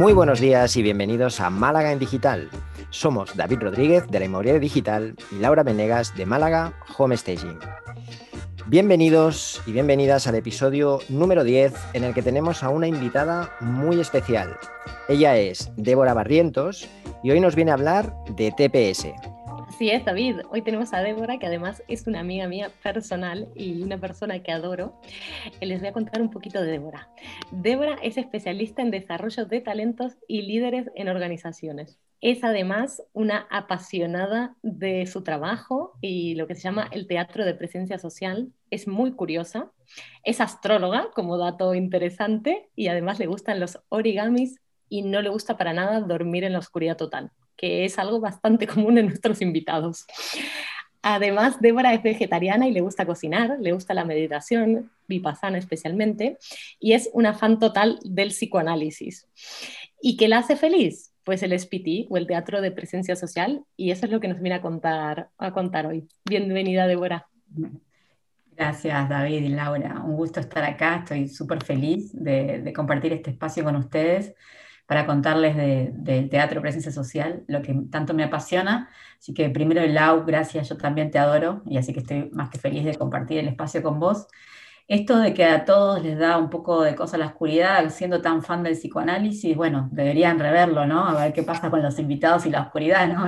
Muy buenos días y bienvenidos a Málaga en Digital. Somos David Rodríguez de la Inmobiliaria Digital y Laura Venegas de Málaga Home Staging. Bienvenidos y bienvenidas al episodio número 10 en el que tenemos a una invitada muy especial. Ella es Débora Barrientos y hoy nos viene a hablar de TPS. Así es, David. Hoy tenemos a Débora, que además es una amiga mía personal y una persona que adoro. Les voy a contar un poquito de Débora. Débora es especialista en desarrollo de talentos y líderes en organizaciones. Es además una apasionada de su trabajo y lo que se llama el teatro de presencia social. Es muy curiosa. Es astróloga, como dato interesante, y además le gustan los origamis y no le gusta para nada dormir en la oscuridad total, que es algo bastante común en nuestros invitados. Además, Débora es vegetariana y le gusta cocinar, le gusta la meditación, vipassana especialmente, y es una fan total del psicoanálisis. ¿Y qué la hace feliz? Pues el SPT, o el teatro de presencia social, y eso es lo que nos viene a contar hoy. Bienvenida, Débora. Gracias, David y Laura. Un gusto estar acá. Estoy súper feliz de compartir este espacio con ustedes para contarles del teatro presencia social, lo que tanto me apasiona. Así que primero, Lau, gracias, yo también te adoro, y así que estoy más que feliz de compartir el espacio con vos. Esto de que a todos les da un poco de cosa la oscuridad, siendo tan fan del psicoanálisis, bueno, deberían reverlo, ¿no? A ver qué pasa con los invitados y la oscuridad, ¿no?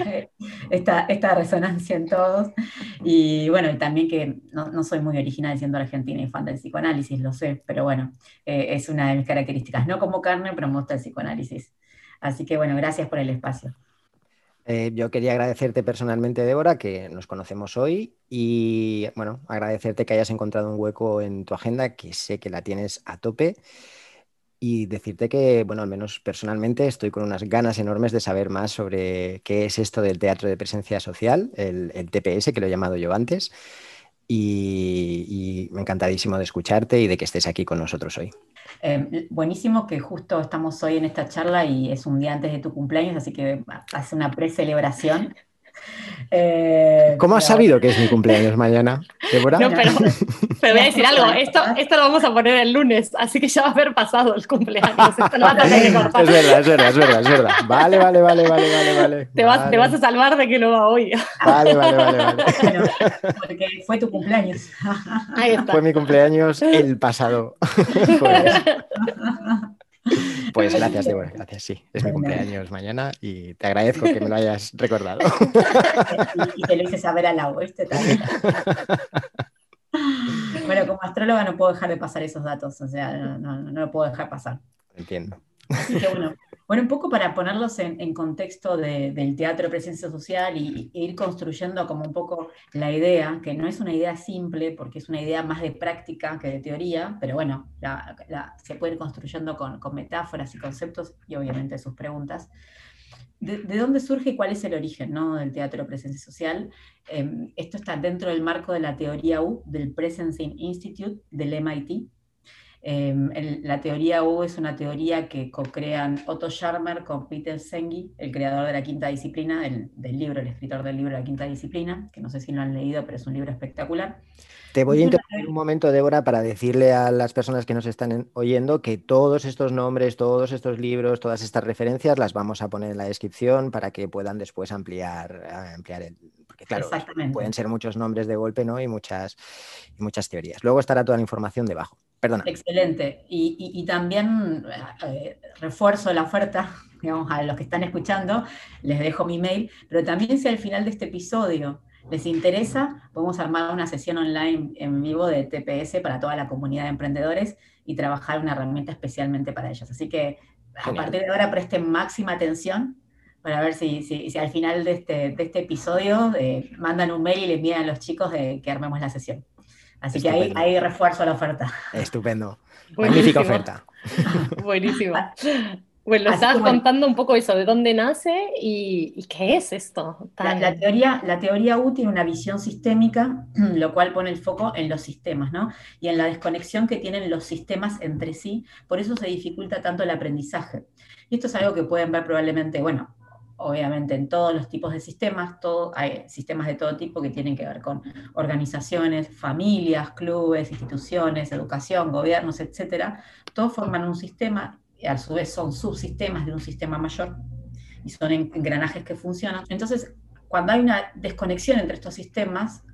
Esta resonancia en todos. Y bueno, y también que no soy muy original siendo argentina y fan del psicoanálisis, lo sé, pero bueno, es una de mis características. No como carne, pero me gusta el psicoanálisis. Así que bueno, gracias por el espacio. Yo quería agradecerte personalmente, Débora, que nos conocemos hoy y, bueno, agradecerte que hayas encontrado un hueco en tu agenda, que sé que la tienes a tope, y decirte que, bueno, al menos personalmente estoy con unas ganas enormes de saber más sobre qué es esto del teatro de presencia social, el TPS, que lo he llamado yo antes, y me encantadísimo de escucharte y de que estés aquí con nosotros hoy. Buenísimo que justo estamos hoy en esta charla y es un día antes de tu cumpleaños, así que hace una pre-celebración. ¿Cómo has sabido que es mi cumpleaños mañana, Débora? No, pero voy a decir algo, esto lo vamos a poner el lunes, así que ya va a haber pasado el cumpleaños, esto no va a tener que cortar. Es verdad. Vale. Te vas a salvar de que lo va hoy. Vale. Bueno, porque fue tu cumpleaños. Ahí está. Fue mi cumpleaños el pasado jueves. Pues gracias, Débora, gracias, sí. Es mi cumpleaños mañana y te agradezco que me lo hayas recordado. Y te lo hice saber a Lau, ¿viste? Bueno, como astróloga no puedo dejar de pasar esos datos, o sea, no lo puedo dejar pasar. Entiendo. Así que bueno, un poco para ponerlos en contexto del teatro de presencia social e ir construyendo como un poco la idea, que no es una idea simple, porque es una idea más de práctica que de teoría, pero bueno, se puede ir construyendo con metáforas y conceptos y obviamente sus preguntas. ¿De dónde surge y cuál es el origen, ¿no?, del teatro de presencia social? Esto está dentro del marco de la teoría U, del Presencing Institute, del MIT. La teoría U es una teoría que co-crean Otto Scharmer con Peter Senge, el creador de la quinta disciplina, el escritor del libro La quinta disciplina, que no sé si lo han leído, pero es un libro espectacular. Te voy a interrumpir un momento, Débora, para decirle a las personas que nos están oyendo que todos estos nombres, todos estos libros, todas estas referencias las vamos a poner en la descripción para que puedan después ampliar porque claro, pueden ser muchos nombres de golpe, ¿no? Y muchas teorías. Luego estará toda la información debajo. Perdona. Excelente. Y también refuerzo la oferta, digamos, a los que están escuchando, les dejo mi mail, pero también si al final de este episodio les interesa, podemos armar una sesión online en vivo de TPS para toda la comunidad de emprendedores y trabajar una herramienta especialmente para ellos. Así que a partir de ahora presten máxima atención para ver si al final de este episodio mandan un mail y le envían a los chicos que armemos la sesión. Así que ahí refuerzo la oferta. Estupendo. Buenísimo. Magnífica oferta. Buenísimo. Bueno, estabas contando un poco eso, de dónde nace y qué es esto. La teoría U tiene una visión sistémica, lo cual pone el foco en los sistemas, ¿no? Y en la desconexión que tienen los sistemas entre sí, por eso se dificulta tanto el aprendizaje. Y esto es algo que pueden ver probablemente, bueno, obviamente en todos los tipos de sistemas, hay sistemas de todo tipo que tienen que ver con organizaciones, familias, clubes, instituciones, educación, gobiernos, etcétera. Todos forman un sistema a su vez son subsistemas de un sistema mayor y son engranajes que funcionan. Entonces, cuando hay una desconexión entre estos sistemas,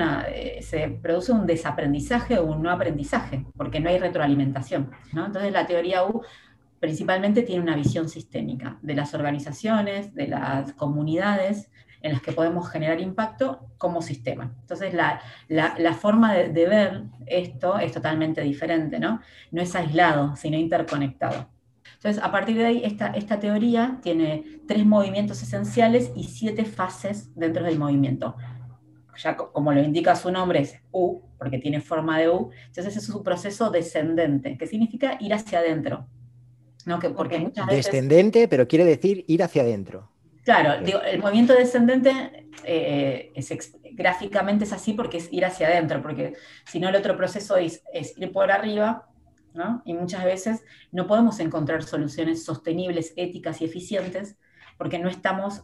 se produce un desaprendizaje o un no aprendizaje, porque no hay retroalimentación, ¿no? Entonces la teoría U principalmente tiene una visión sistémica de las organizaciones, de las comunidades en las que podemos generar impacto como sistema. Entonces la forma de ver esto es totalmente diferente, ¿no? No es aislado, sino interconectado. Entonces, a partir de ahí, esta teoría tiene 3 movimientos esenciales y 7 fases dentro del movimiento. Ya como lo indica su nombre, es U, porque tiene forma de U, entonces es un proceso descendente, que significa ir hacia adentro, ¿no? Porque muchas veces... Descendente, pero quiere decir ir hacia adentro. Claro, digo, el movimiento descendente gráficamente es así porque es ir hacia adentro, porque si no el otro proceso es ir por arriba, ¿no? Y muchas veces no podemos encontrar soluciones sostenibles, éticas y eficientes porque no estamos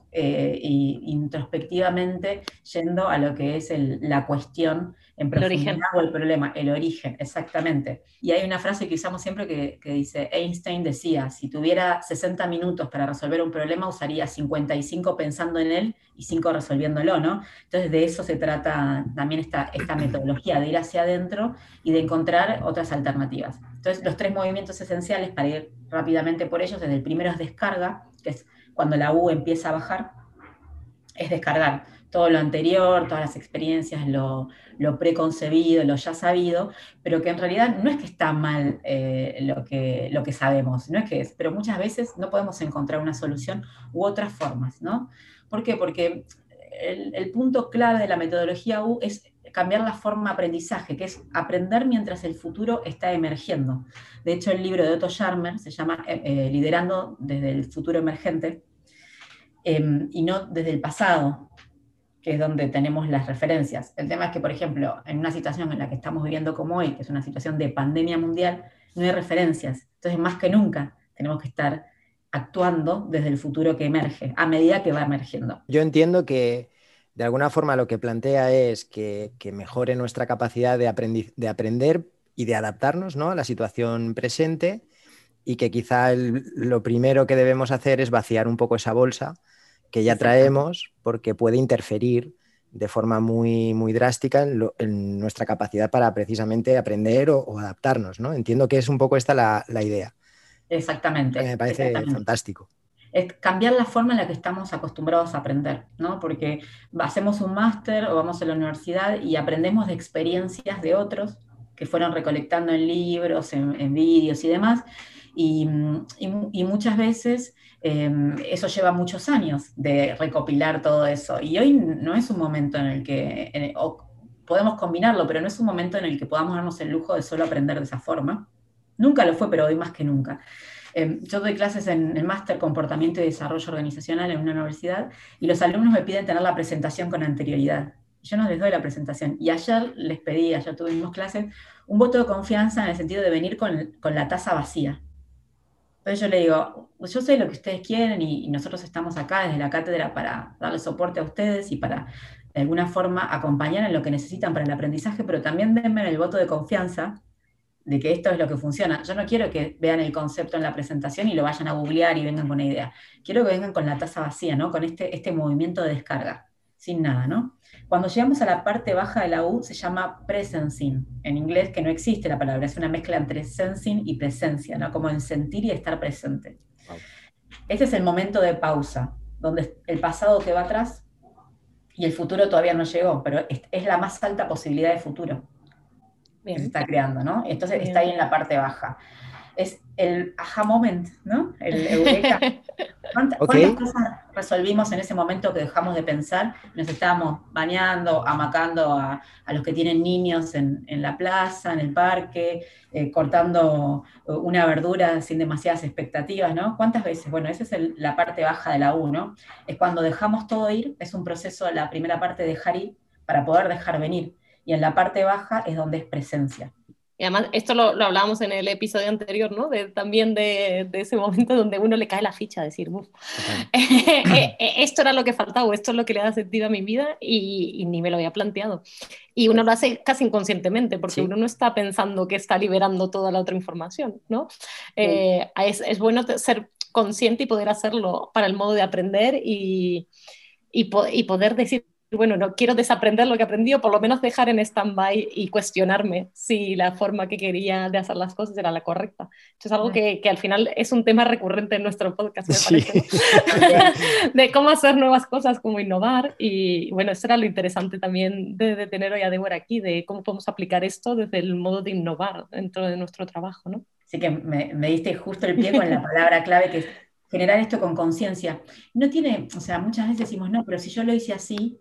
introspectivamente yendo a lo que es la cuestión en profundidad o el problema, el origen, exactamente. Y hay una frase que usamos siempre que dice, Einstein decía, si tuviera 60 minutos para resolver un problema, usaría 55 pensando en él y 5 resolviéndolo, ¿no? Entonces de eso se trata también esta metodología, de ir hacia adentro y de encontrar otras alternativas. Entonces los 3 movimientos esenciales, para ir rápidamente por ellos, desde el primero es descarga, que es cuando la U empieza a bajar, es descargar todo lo anterior, todas las experiencias, lo preconcebido, lo ya sabido, pero que en realidad no es que está mal lo que sabemos, no es que es, pero muchas veces no podemos encontrar una solución u otras formas, ¿no? ¿Por qué? Porque el punto clave de la metodología U es cambiar la forma de aprendizaje, que es aprender mientras el futuro está emergiendo. De hecho, el libro de Otto Scharmer se llama Liderando desde el futuro emergente, y no desde el pasado, que es donde tenemos las referencias. El tema es que, por ejemplo, en una situación en la que estamos viviendo como hoy, que es una situación de pandemia mundial, no hay referencias. Entonces, más que nunca, tenemos que estar actuando desde el futuro que emerge, a medida que va emergiendo. Yo entiendo que de alguna forma lo que plantea es que mejore nuestra capacidad de aprender y de adaptarnos, ¿no?, a la situación presente, y que quizá lo primero que debemos hacer es vaciar un poco esa bolsa que ya traemos, porque puede interferir de forma muy, muy drástica en nuestra capacidad para precisamente aprender o adaptarnos, ¿no? Entiendo que es un poco esta la idea. Exactamente. Me parece fantástico. Es cambiar la forma en la que estamos acostumbrados a aprender, ¿no? Porque hacemos un máster o vamos a la universidad y aprendemos de experiencias de otros que fueron recolectando en libros, en vídeos y demás, y muchas veces eso lleva muchos años de recopilar todo eso. Y hoy no es un momento en el que, podemos combinarlo, pero no es un momento en el que podamos darnos el lujo de solo aprender de esa forma. Nunca lo fue, pero hoy más que nunca. Yo doy clases en el máster Comportamiento y Desarrollo Organizacional en una universidad y los alumnos me piden tener la presentación con anterioridad. Yo no les doy la presentación. Y ayer tuvimos clases, un voto de confianza en el sentido de venir con la taza vacía. Entonces yo le digo, yo sé lo que ustedes quieren y nosotros estamos acá desde la cátedra para darle soporte a ustedes y para de alguna forma acompañar en lo que necesitan para el aprendizaje, pero también denme el voto de confianza de que esto es lo que funciona. Yo no quiero que vean el concepto en la presentación y lo vayan a googlear y vengan con una idea. Quiero que vengan con la taza vacía, ¿no? Con este movimiento de descarga, sin nada, ¿no? Cuando llegamos a la parte baja de la U se llama presencing, en inglés, que no existe la palabra, es una mezcla entre sensing y presencia, ¿no? Como en sentir y estar presente. Wow. Este es el momento de pausa, donde el pasado quedó atrás y el futuro todavía no llegó, pero es la más alta posibilidad de futuro. Bien. Que se está creando, ¿no? Entonces bien. Está ahí en la parte baja. Es el aha moment, ¿no? El eureka. ¿Cuántas cosas resolvimos en ese momento que dejamos de pensar? Nos estábamos bañando, amacando a los que tienen niños en la plaza, en el parque, cortando una verdura sin demasiadas expectativas, ¿no? ¿Cuántas veces? Bueno, esa es la parte baja de la U, ¿no? Es cuando dejamos todo ir, es un proceso, la primera parte de dejar ir, para poder dejar venir. Y en la parte baja es donde es presencia. Y además, esto lo hablábamos en el episodio anterior, ¿no? También de ese momento donde uno le cae la ficha, decir, "Uf, esto era lo que faltaba, o esto es lo que le da sentido a mi vida y ni me lo había planteado". Y uno lo hace casi inconscientemente, porque Sí. uno no está pensando que está liberando toda la otra información, ¿no? Es bueno ser consciente y poder hacerlo para el modo de aprender y poder decir, bueno, no quiero desaprender lo que aprendí, o por lo menos dejar en stand-by y cuestionarme si la forma que quería de hacer las cosas era la correcta. Esto es algo que al final es un tema recurrente en nuestro podcast, me parece, ¿no? De cómo hacer nuevas cosas, cómo innovar, y bueno, eso era lo interesante también de tener hoy a Débora aquí, de cómo podemos aplicar esto desde el modo de innovar dentro de nuestro trabajo, ¿no? Así que me diste justo el pie con la palabra clave, que es generar esto con conciencia. No tiene, o sea, muchas veces decimos, no, pero si yo lo hice así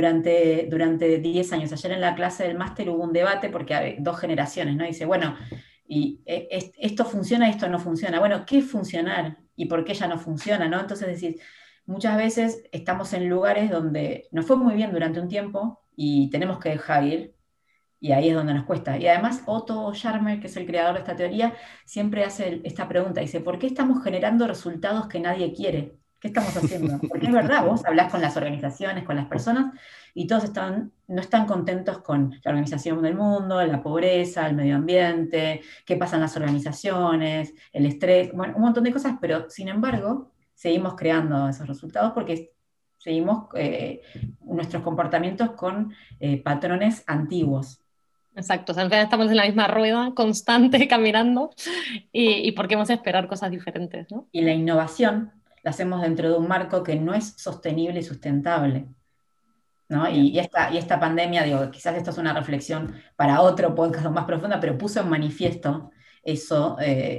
durante 10 años. Ayer en la clase del máster hubo un debate porque hay dos generaciones, ¿no? Dice, bueno, y esto funciona, esto no funciona. Bueno, ¿qué es funcionar? ¿Y por qué ya no funciona, no? Entonces decís, muchas veces estamos en lugares donde nos fue muy bien durante un tiempo y tenemos que dejar ir, y ahí es donde nos cuesta. Y además Otto Scharmer, que es el creador de esta teoría, siempre hace esta pregunta, dice, ¿por qué estamos generando resultados que nadie quiere? ¿Qué estamos haciendo? Porque es verdad, vos hablás con las organizaciones, con las personas, y todos no están contentos con la organización del mundo, la pobreza, el medio ambiente, qué pasa en las organizaciones, el estrés, bueno, un montón de cosas, pero sin embargo, seguimos creando esos resultados porque seguimos nuestros comportamientos con patrones antiguos. Exacto, o sea, al final estamos en la misma rueda constante caminando y por qué hemos de esperar cosas diferentes, ¿no? Y la innovación la hacemos dentro de un marco que no es sostenible y sustentable, ¿no? Y esta pandemia, digo, quizás esto es una reflexión para otro podcast más profunda, pero puso en manifiesto eso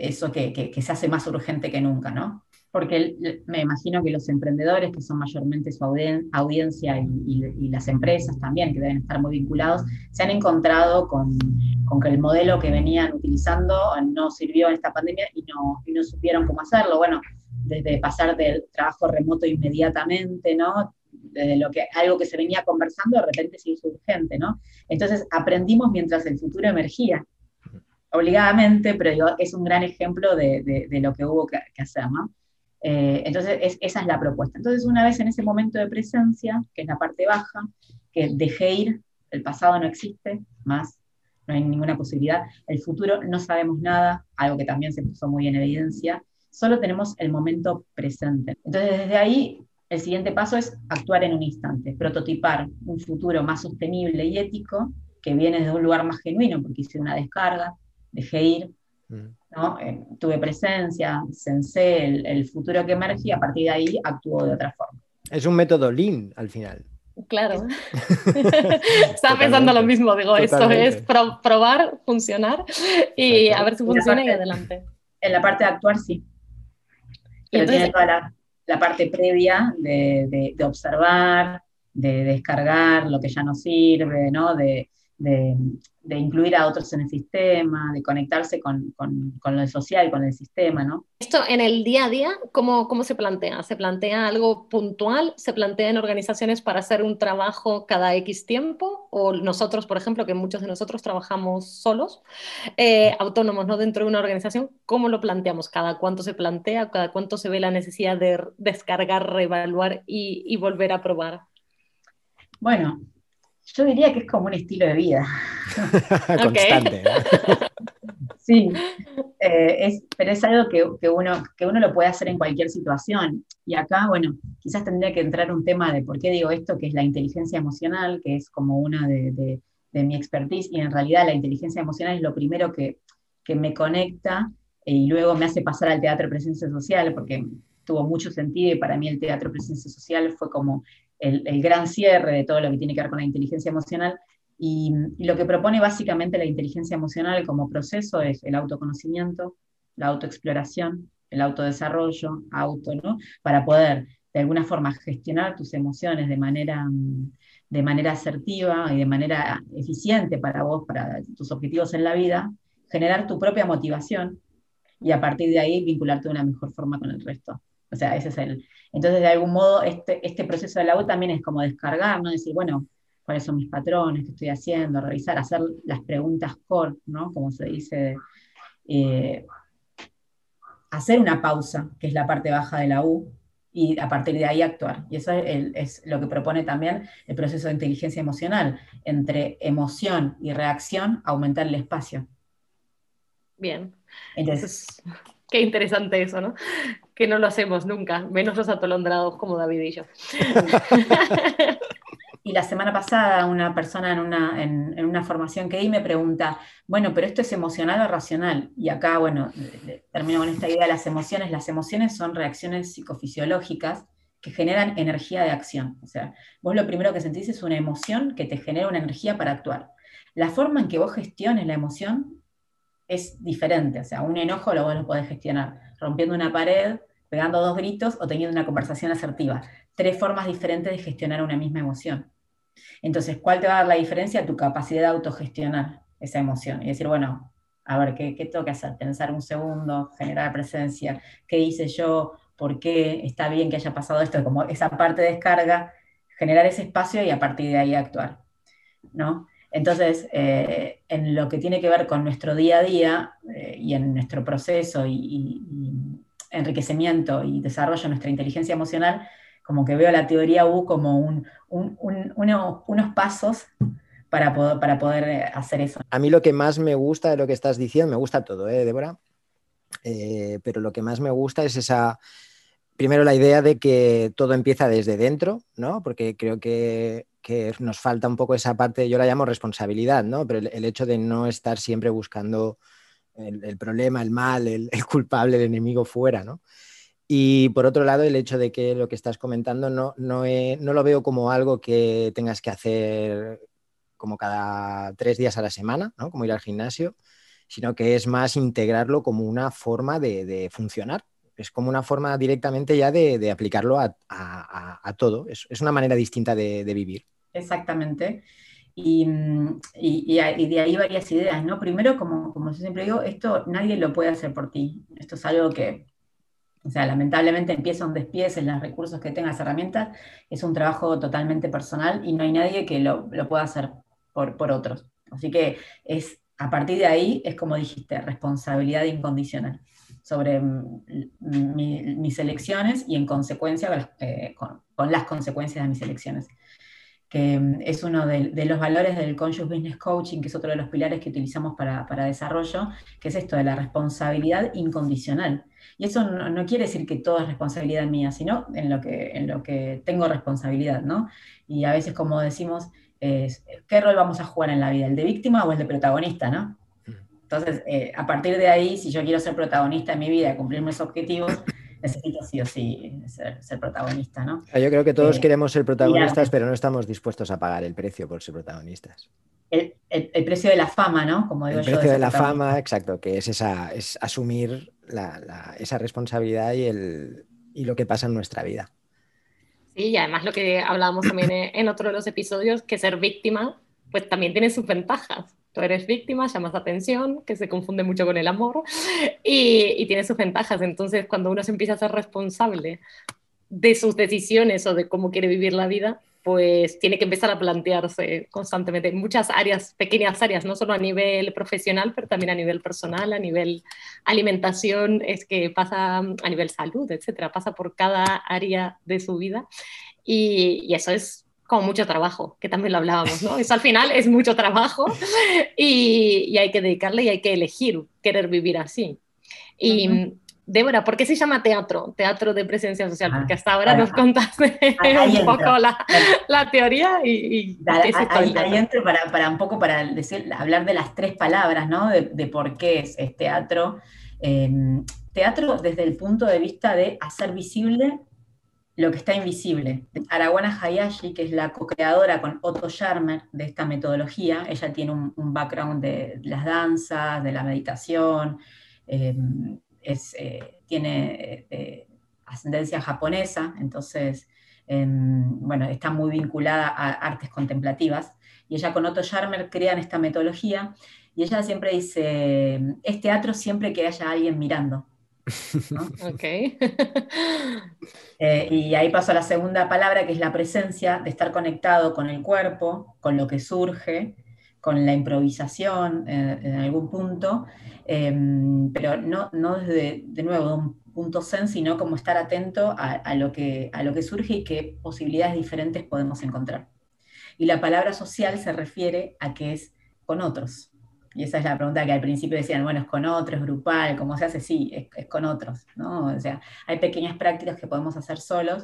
que se hace más urgente que nunca, ¿no? Porque me imagino que los emprendedores, que son mayormente su audiencia, y las empresas también, que deben estar muy vinculados, se han encontrado con que el modelo que venían utilizando no sirvió en esta pandemia y no supieron cómo hacerlo. Bueno, desde pasar del trabajo remoto inmediatamente, ¿no? Desde algo que se venía conversando, de repente se hizo urgente, ¿no? Entonces aprendimos mientras el futuro emergía, obligadamente, pero digo, es un gran ejemplo de lo que hubo que hacer, ¿no? Entonces, esa es la propuesta. Entonces, una vez en ese momento de presencia, que es la parte baja, que dejé ir, el pasado no existe más, no hay ninguna posibilidad, el futuro no sabemos nada, algo que también se puso muy en evidencia, solo tenemos el momento presente. Entonces, desde ahí, el siguiente paso es actuar en un instante, prototipar un futuro más sostenible y ético, que viene de un lugar más genuino, porque hice una descarga, dejé ir, ¿no? Tuve presencia, sensé el futuro que emerge, y a partir de ahí actúo de otra forma. Es un método Lean al final. Claro. Estaba pensando lo mismo, digo, Totalmente. esto es probar, funcionar y Exacto. a ver si funciona y adelante. En la parte de actuar, sí. Pero entonces, tiene toda la parte previa de observar, de descargar lo que ya no sirve, ¿no? De incluir a otros en el sistema, de conectarse con lo social, con el sistema, ¿no? Esto en el día a día, ¿cómo se plantea? ¿Se plantea algo puntual? ¿Se plantea en organizaciones para hacer un trabajo cada X tiempo? ¿O nosotros, por ejemplo, que muchos de nosotros trabajamos solos, autónomos, ¿no? Dentro de una organización, ¿cómo lo planteamos? ¿Cada cuánto se plantea? ¿Cada cuánto se ve la necesidad de descargar, reevaluar y volver a probar? Bueno, yo diría que es como un estilo de vida. Constante. Sí, pero es algo que uno lo puede hacer en cualquier situación. Y acá, bueno, quizás tendría que entrar un tema de por qué digo esto, que es la inteligencia emocional, que es como una de mi expertise, y en realidad la inteligencia emocional es lo primero que me conecta y luego me hace pasar al teatro de presencia social, porque tuvo mucho sentido, y para mí el teatro de presencia social fue como el gran cierre de todo lo que tiene que ver con la inteligencia emocional. Y lo que propone básicamente la inteligencia emocional como proceso es el autoconocimiento, la autoexploración, el autodesarrollo, ¿no? Para poder de alguna forma gestionar tus emociones de manera asertiva y de manera eficiente para vos, para tus objetivos en la vida, generar tu propia motivación y a partir de ahí vincularte de una mejor forma con el resto. O sea, ese es Entonces, de algún modo, este proceso de la U también es como descargar, ¿no? Decir, bueno, cuáles son mis patrones, qué estoy haciendo, revisar, hacer las preguntas core, ¿no? Como se dice, eh, hacer una pausa, que es la parte baja de la U, y a partir de ahí actuar. Y eso es lo que propone también el proceso de inteligencia emocional. Entre emoción y reacción, aumentar el espacio. Bien, eso Entonces, es, qué interesante eso, ¿no? Que no lo hacemos nunca, menos los atolondrados como David y yo. y la semana pasada una persona en una formación que di me pregunta, bueno, pero esto es emocional o racional. Y acá, bueno, termino con esta idea de las emociones. Las emociones son reacciones psicofisiológicas que generan energía de acción. O sea, vos lo primero que sentís es una emoción que te genera una energía para actuar. La forma en que vos gestiones la emoción es diferente. O sea, un enojo vos lo podés gestionar rompiendo una pared, pegando 2 gritos o teniendo una conversación asertiva. 3 formas diferentes de gestionar una misma emoción. Entonces, ¿cuál te va a dar la diferencia? Tu capacidad de autogestionar esa emoción y decir, bueno, a ver, ¿qué tengo que hacer? Pensar un segundo, generar presencia, ¿qué hice yo? ¿Por qué está bien que haya pasado esto? Como esa parte de descarga, generar ese espacio y a partir de ahí actuar, ¿no? Entonces, en lo que tiene que ver con nuestro día a día y en nuestro proceso y enriquecimiento y desarrollo de nuestra inteligencia emocional, como que veo la teoría U como unos pasos para poder hacer eso. A mí lo que más me gusta de lo que estás diciendo, me gusta todo, Débora, pero lo que más me gusta es primero la idea de que todo empieza desde dentro, ¿no? Porque creo que nos falta un poco esa parte, yo la llamo responsabilidad, ¿no? Pero el hecho de no estar siempre buscando el problema, el mal, el culpable, el enemigo fuera, ¿no? Y por otro lado, el hecho de que lo que estás comentando no lo veo como algo que tengas que hacer como cada 3 días a la semana, ¿no? Como ir al gimnasio, sino que es más integrarlo como una forma de funcionar. Es como una forma directamente ya de aplicarlo a todo. Es una manera distinta de vivir. Exactamente. Y de ahí varias ideas, ¿no? Primero, como yo siempre digo, esto nadie lo puede hacer por ti. Esto es algo que, o sea, lamentablemente empieza donde empieces, los recursos que tengas, herramientas, es un trabajo totalmente personal y no hay nadie que lo pueda hacer por otros. Así que a partir de ahí es como dijiste, responsabilidad incondicional sobre mis elecciones y en consecuencia con las consecuencias de mis elecciones que es uno de los valores del Conscious Business Coaching, que es otro de los pilares que utilizamos para desarrollo, que es esto de la responsabilidad incondicional. Y eso no quiere decir que todo es responsabilidad mía, sino en lo que tengo responsabilidad, ¿no? Y a veces, como decimos, ¿qué rol vamos a jugar en la vida? ¿El de víctima o el de protagonista, no? Entonces, a partir de ahí, si yo quiero ser protagonista en mi vida, cumplir mis objetivos, necesito sí o sí ser protagonista, ¿no? Yo creo que todos queremos ser protagonistas, Mirarme. pero no estamos dispuestos a pagar el precio por ser protagonistas. El precio de la fama, ¿no? Como digo El yo, de precio de ser la protagonista. fama, exacto, que es asumir esa responsabilidad y lo que pasa en nuestra vida. Sí, y además lo que hablábamos también en otro de los episodios, que ser víctima, pues también tiene sus ventajas. Tú eres víctima, llamas atención, que se confunde mucho con el amor, y tiene sus ventajas. Entonces, cuando uno se empieza a ser responsable de sus decisiones o de cómo quiere vivir la vida, pues tiene que empezar a plantearse constantemente muchas áreas, pequeñas áreas, no solo a nivel profesional, pero también a nivel personal, a nivel alimentación, es que pasa a nivel salud, etcétera, pasa por cada área de su vida y eso es como mucho trabajo, que también lo hablábamos, ¿no? Eso al final es mucho trabajo y hay que dedicarle y hay que elegir querer vivir así. Ujú. Y Débora, ¿por qué se llama teatro? Teatro de presencia social, porque hasta ahora Bueno, nos contaste ahí un poco entro. la teoría y qué es esto del Ahí teatro. entro para un poco para hablar de las 3 palabras, ¿no? De por qué es teatro. Eh, Teatro desde el punto de vista de hacer visible lo que está invisible. Arawana Hayashi, que es la co-creadora con Otto Scharmer de esta metodología, ella tiene un background de las danzas, de la meditación, eh, tiene ascendencia japonesa, entonces, bueno, está muy vinculada a artes contemplativas, y ella con Otto Scharmer crean esta metodología, y ella siempre dice, es teatro siempre que haya alguien mirando. ¿no? Ok. Y ahí paso a la segunda palabra, que es la presencia, de estar conectado con el cuerpo, con lo que surge, con la improvisación en algún punto, pero no desde, de nuevo, de un punto zen, sino como estar atento a lo que surge y qué posibilidades diferentes podemos encontrar. Y la palabra social se refiere a que es con otros. Y esa es la pregunta que al principio decían, bueno, es con otros, es grupal, ¿cómo se hace? Sí, es con otros, ¿no? O sea, hay pequeñas prácticas que podemos hacer solos,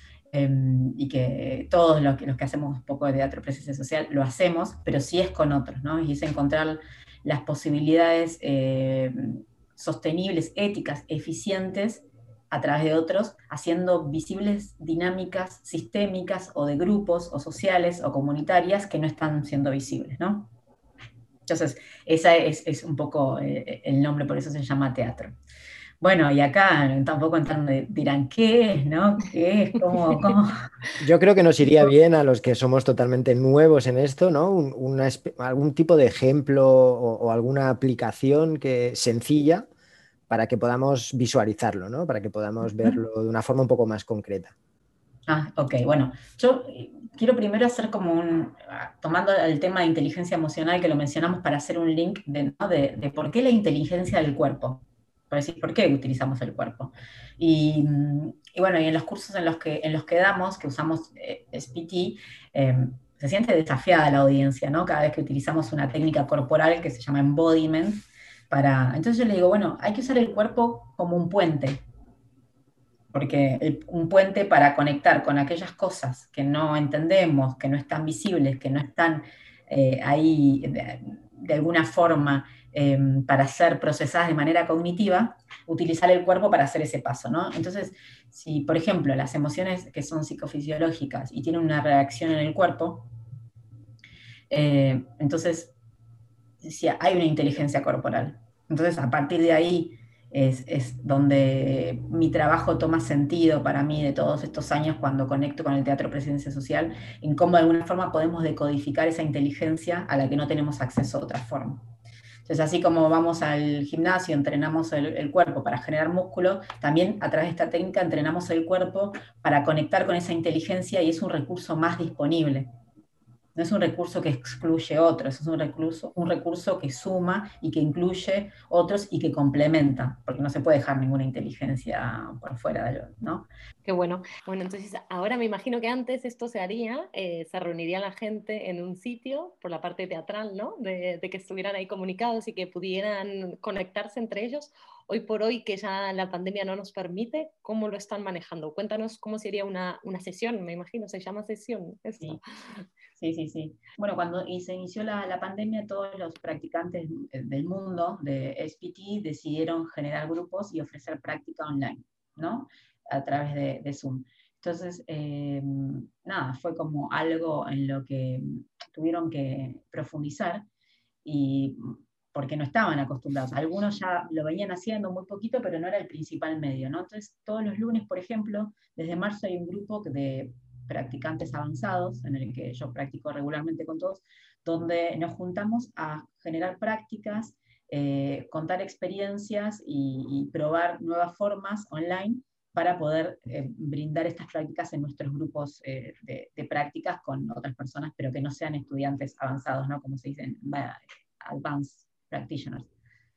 y que todos los que hacemos un poco de teatro presencia social lo hacemos, pero sí es con otros, ¿no? Y es encontrar las posibilidades sostenibles, éticas, eficientes a través de otros, haciendo visibles dinámicas sistémicas o de grupos o sociales o comunitarias que no están siendo visibles, ¿no? Entonces, ese es un poco el nombre, por eso se llama teatro. Bueno, y acá tampoco dirán, ¿qué es, no? ¿Qué es? ¿Cómo? Yo creo que nos iría bien a los que somos totalmente nuevos en esto, ¿no? Algún tipo de ejemplo o alguna aplicación sencilla para que podamos visualizarlo, ¿no? Para que podamos verlo de una forma un poco más concreta. Ah, ok, bueno, yo quiero primero hacer como tomando el tema de inteligencia emocional que lo mencionamos para hacer un link ¿no? de por qué la inteligencia del cuerpo, por decir, por qué utilizamos el cuerpo. Y bueno, y en los cursos en los que damos, que usamos SPT, se siente desafiada la audiencia, ¿no? Cada vez que utilizamos una técnica corporal que se llama embodiment, entonces yo le digo, bueno, hay que usar el cuerpo como un puente, porque un puente para conectar con aquellas cosas que no entendemos, que no están visibles, que no están ahí de alguna forma para ser procesadas de manera cognitiva, utilizar el cuerpo para hacer ese paso, ¿no? Entonces, si por ejemplo las emociones que son psicofisiológicas y tienen una reacción en el cuerpo, entonces sí, hay una inteligencia corporal. Entonces, a partir de ahí es donde mi trabajo toma sentido para mí de todos estos años cuando conecto con el teatro presencia social, en cómo de alguna forma podemos decodificar esa inteligencia a la que no tenemos acceso de otra forma. Entonces, así como vamos al gimnasio, entrenamos el cuerpo para generar músculo, también a través de esta técnica entrenamos el cuerpo para conectar con esa inteligencia y es un recurso más disponible. No es un recurso que excluye otros, es un recurso que suma y que incluye otros y que complementa, porque no se puede dejar ninguna inteligencia por fuera de lo, ¿no? Qué bueno. Bueno, entonces ahora me imagino que antes esto se haría, se reuniría la gente en un sitio por la parte teatral, ¿no? De que estuvieran ahí comunicados y que pudieran conectarse entre ellos. Hoy por hoy, que ya la pandemia no nos permite, ¿cómo lo están manejando? Cuéntanos cómo sería una sesión, me imagino, se llama sesión esto. Sí. Bueno, cuando se inició la pandemia, todos los practicantes del mundo de SPT decidieron generar grupos y ofrecer práctica online, ¿no? A través de Zoom. Entonces, nada, fue como algo en lo que tuvieron que profundizar y porque no estaban acostumbrados. Algunos ya lo venían haciendo muy poquito, pero no era el principal medio, ¿no? Entonces, todos los lunes, por ejemplo, desde marzo hay un grupo de practicantes avanzados, en el que yo practico regularmente con todos, donde nos juntamos a generar prácticas, contar experiencias y probar nuevas formas online para poder brindar estas prácticas en nuestros grupos de prácticas con otras personas, pero que no sean estudiantes avanzados, ¿no? Como se dicen, advanced practitioners.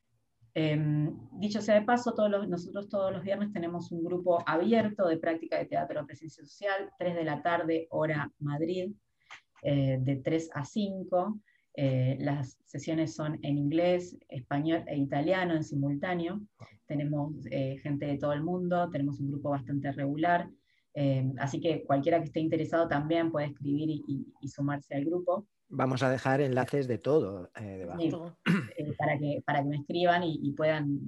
Dicho sea de paso, nosotros todos los viernes tenemos un grupo abierto de práctica de teatro presencia social, 3 de la tarde, hora Madrid, de 3 a 5. Las sesiones son en inglés, español e italiano en simultáneo. Tenemos gente de todo el mundo, tenemos un grupo bastante regular, así que cualquiera que esté interesado también puede escribir y sumarse al grupo. Vamos a dejar enlaces de todo debajo. Sí, para que me escriban y puedan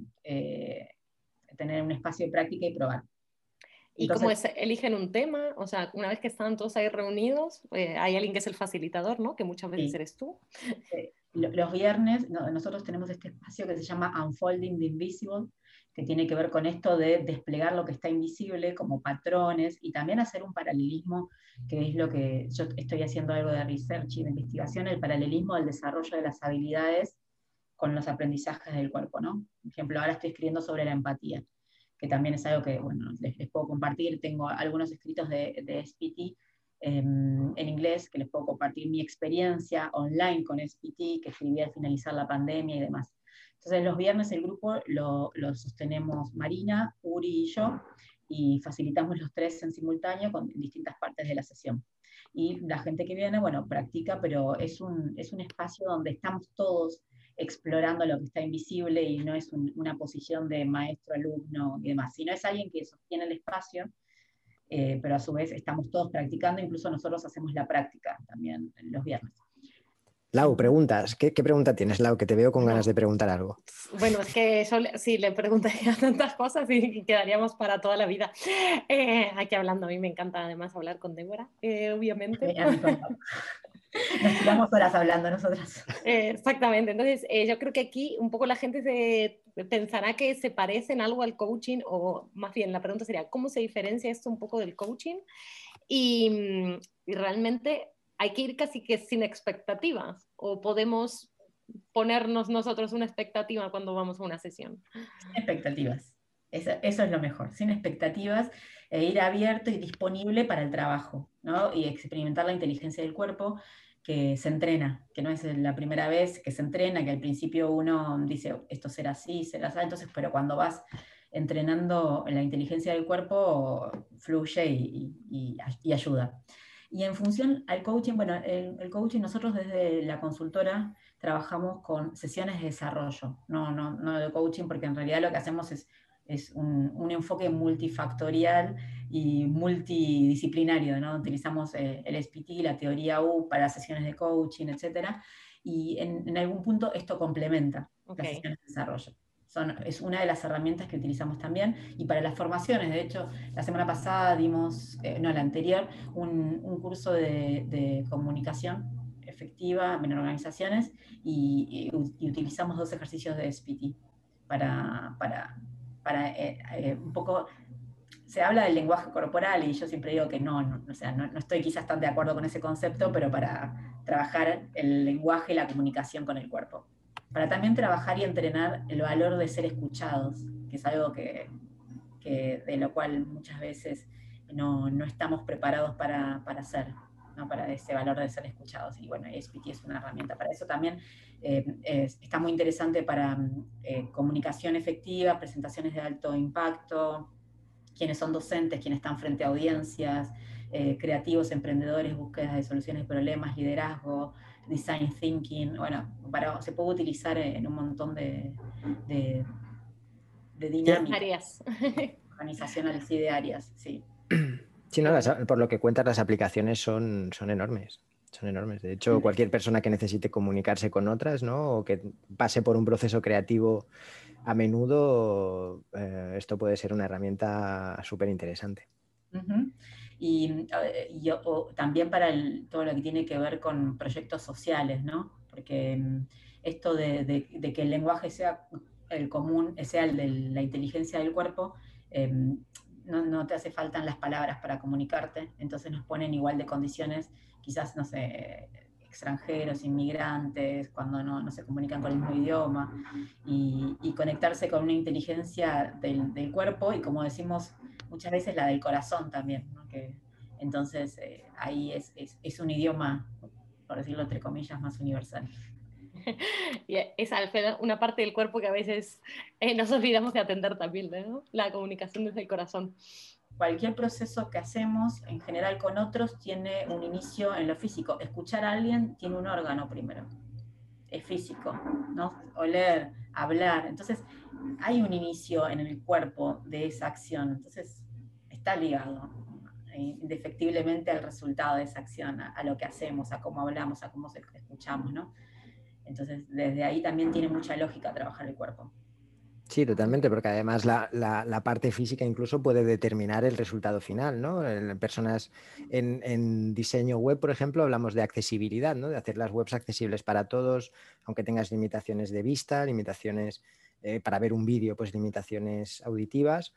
tener un espacio de práctica y probar. ¿Y Entonces, cómo es? ¿Eligen un tema? O sea, una vez que están todos ahí reunidos, hay alguien que es el facilitador, ¿no? Que muchas veces sí, eres tú. los viernes nosotros tenemos este espacio que se llama Unfolding the Invisible, que tiene que ver con esto de desplegar lo que está invisible como patrones y también hacer un paralelismo, que es lo que yo estoy haciendo algo de research y de investigación, el paralelismo del desarrollo de las habilidades con los aprendizajes del cuerpo, ¿no? Por ejemplo, ahora estoy escribiendo sobre la empatía. que también es algo que, bueno, les puedo compartir. Tengo algunos escritos de SPT en inglés, que les puedo compartir mi experiencia online con SPT, que escribí al finalizar la pandemia y demás. Entonces los viernes el grupo lo sostenemos Marina, Uri y yo, y facilitamos los tres en simultáneo con distintas partes de la sesión. Y la gente que viene, bueno, practica, pero es un espacio donde estamos todos explorando lo que está invisible y no es una posición de maestro, alumno y demás, sino es alguien que sostiene el espacio, pero a su vez estamos todos practicando, incluso nosotros hacemos la práctica también los viernes. Lau, preguntas. ¿Qué pregunta tienes, Lau? Que te veo con No. ganas de preguntar algo. Bueno, es que yo sí le preguntaría tantas cosas y quedaríamos para toda la vida aquí hablando. A mí me encanta además hablar con Débora, obviamente. Nos tiramos horas hablando nosotras. Exactamente. Entonces, yo creo que aquí un poco la gente se pensará que se parece en algo al coaching, o más bien la pregunta sería, ¿cómo se diferencia esto un poco del coaching? Y realmente hay que ir casi que sin expectativas, o podemos ponernos nosotros una expectativa cuando vamos a una sesión. Sin expectativas. Eso es lo mejor, sin expectativas, ir abierto y disponible para el trabajo, ¿no? Y experimentar la inteligencia del cuerpo que se entrena, que no es la primera vez que se entrena, que al principio uno dice, esto será así, será así, entonces, pero cuando vas entrenando la inteligencia del cuerpo, fluye y ayuda. Y en función al coaching, bueno, el coaching nosotros desde la consultora trabajamos con sesiones de desarrollo, no de coaching, porque en realidad lo que hacemos es un enfoque multifactorial y multidisciplinario, ¿no? Utilizamos el SPT, la teoría U para sesiones de coaching, etcétera, y en algún punto esto complementa las sesiones de desarrollo. Es una de las herramientas que utilizamos también, y para las formaciones, de hecho, la semana pasada dimos, no, la anterior, un curso de comunicación efectiva en organizaciones y utilizamos 2 ejercicios de SPT para un poco, se habla del lenguaje corporal y yo siempre digo que o sea, no estoy quizás tan de acuerdo con ese concepto, pero para trabajar el lenguaje y la comunicación con el cuerpo. Para también trabajar y entrenar el valor de ser escuchados, que es algo de lo cual muchas veces no estamos preparados para hacer, ¿no? Para ese valor de ser escuchados. Y bueno, SPT es una herramienta para eso también. Está muy interesante para comunicación efectiva, presentaciones de alto impacto, quienes son docentes, quienes están frente a audiencias, creativos, emprendedores, búsquedas de soluciones de problemas, liderazgo, design thinking. Bueno, se puede utilizar en un montón de dinámicas Áreas. organizacionales y de áreas, sí. Sí, no, por lo que cuentas, las aplicaciones son enormes. Son enormes. De hecho, cualquier persona que necesite comunicarse con otras, ¿no? O que pase por un proceso creativo a menudo, esto puede ser una herramienta súper interesante. Uh-huh. Y también para todo lo que tiene que ver con proyectos sociales, ¿no? Porque esto de que el lenguaje sea el común, sea el de la inteligencia del cuerpo, no te hace falta las palabras para comunicarte, entonces nos ponen igual de condiciones, quizás, no sé, extranjeros, inmigrantes, cuando no se comunican con el mismo idioma, y conectarse con una inteligencia del cuerpo, y como decimos muchas veces la del corazón también, ¿no? Entonces ahí es un idioma, por decirlo entre comillas, más universal. Y es una parte del cuerpo que a veces nos olvidamos de atender también, ¿no? La comunicación desde el corazón. Cualquier proceso que hacemos, en general con otros, tiene un inicio en lo físico. Escuchar a alguien tiene un órgano primero, es físico, ¿no? Oler, hablar. Entonces, hay un inicio en el cuerpo de esa acción. Entonces, está ligado indefectiblemente al resultado de esa acción, a lo que hacemos, a cómo hablamos, a cómo escuchamos, ¿no? Entonces, desde ahí también tiene mucha lógica trabajar el cuerpo. Sí, totalmente, porque además la parte física incluso puede determinar el resultado final, ¿no? En personas en diseño web, por ejemplo, hablamos de accesibilidad, ¿no? De hacer las webs accesibles para todos, aunque tengas limitaciones de vista, limitaciones para ver un vídeo, pues limitaciones auditivas.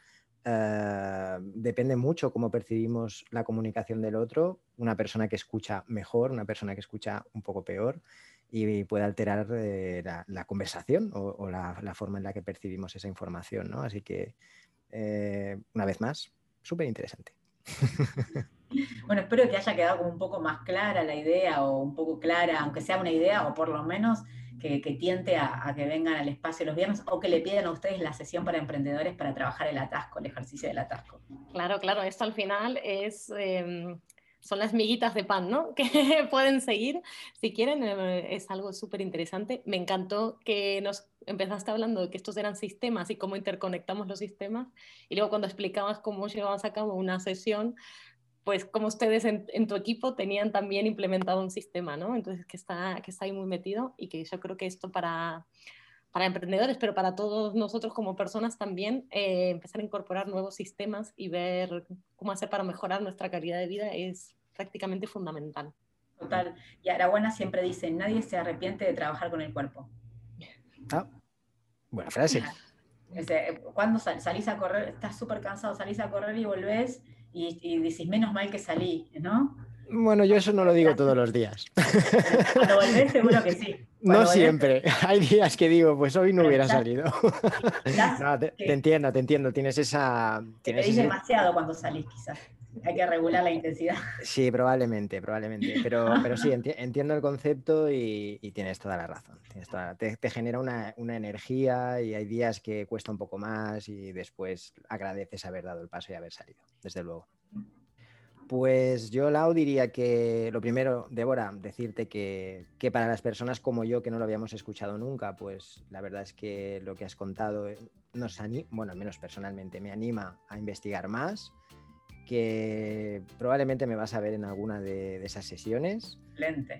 Depende mucho cómo percibimos la comunicación del otro, una persona que escucha mejor, una persona que escucha un poco peor, y puede alterar la conversación o la forma en la que percibimos esa información, ¿no? Así que una vez más, súper interesante. Bueno, espero que haya quedado como un poco más clara la idea, o un poco clara, aunque sea una idea, o por lo menos que tiente a que vengan al espacio los viernes, o que le pidan a ustedes la sesión para emprendedores para trabajar el atasco, el ejercicio del atasco. Claro, esto al final son las miguitas de pan, ¿no? Que pueden seguir si quieren, es algo súper interesante. Me encantó que nos empezaste hablando de que estos eran sistemas y cómo interconectamos los sistemas, y luego cuando explicabas cómo llevabas a cabo una sesión, pues como ustedes en tu equipo tenían también implementado un sistema, ¿no? Entonces que está ahí muy metido, y que yo creo que esto para emprendedores, pero para todos nosotros como personas también, empezar a incorporar nuevos sistemas y ver cómo hacer para mejorar nuestra calidad de vida es prácticamente fundamental. Total. Y Araguana siempre dice, nadie se arrepiente de trabajar con el cuerpo. Ah, buena frase. Cuando salís a correr, estás súper cansado, salís a correr y volvés y decís, menos mal que salí, ¿no? Bueno, yo eso no lo digo todos los días. Cuando volvés seguro que sí. No siempre. Hay días que digo, pues hoy no hubiera salido. No, te entiendo. Tienes esa... Te pedís demasiado cuando salís, quizás. Hay que regular la intensidad. Sí, probablemente. Pero sí, entiendo el concepto y tienes toda la razón. Te genera una energía, y hay días que cuesta un poco más y después agradeces haber dado el paso y haber salido, desde luego. Pues yo, Lau, diría que lo primero, Débora, decirte que para las personas como yo, que no lo habíamos escuchado nunca, pues la verdad es que lo que has contado nos anima, bueno, al menos personalmente me anima a investigar más, que probablemente me vas a ver en alguna de esas sesiones. Excelente.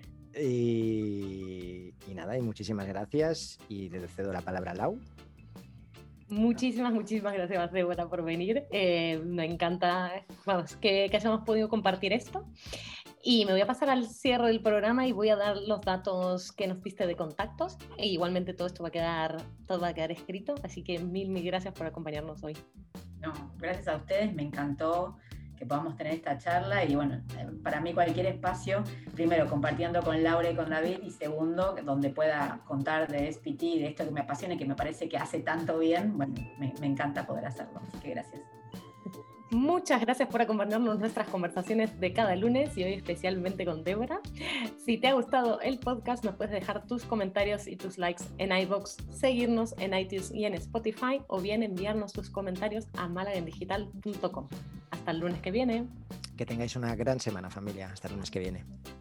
Y nada, y muchísimas gracias, y le cedo la palabra a Lau. Muchísimas gracias, Débora, por venir. Me encanta, vamos, que hayamos podido compartir esto. Y me voy a pasar al cierre del programa y voy a dar los datos que nos diste de contactos. E igualmente todo esto va a quedar escrito, así que mil gracias por acompañarnos hoy. No, gracias a ustedes, me encantó que podamos tener esta charla, y bueno, para mí cualquier espacio, primero compartiendo con Laura y con David, y segundo, donde pueda contar de SPT, de esto que me apasiona y que me parece que hace tanto bien, bueno, me encanta poder hacerlo, así que gracias. Muchas gracias por acompañarnos en nuestras conversaciones de cada lunes, y hoy especialmente con Débora. Si te ha gustado el podcast, nos puedes dejar tus comentarios y tus likes en iVoox, seguirnos en iTunes y en Spotify, o bien enviarnos tus comentarios a malagendigital.com. Hasta el lunes que viene. Que tengáis una gran semana, familia. Hasta el lunes que viene.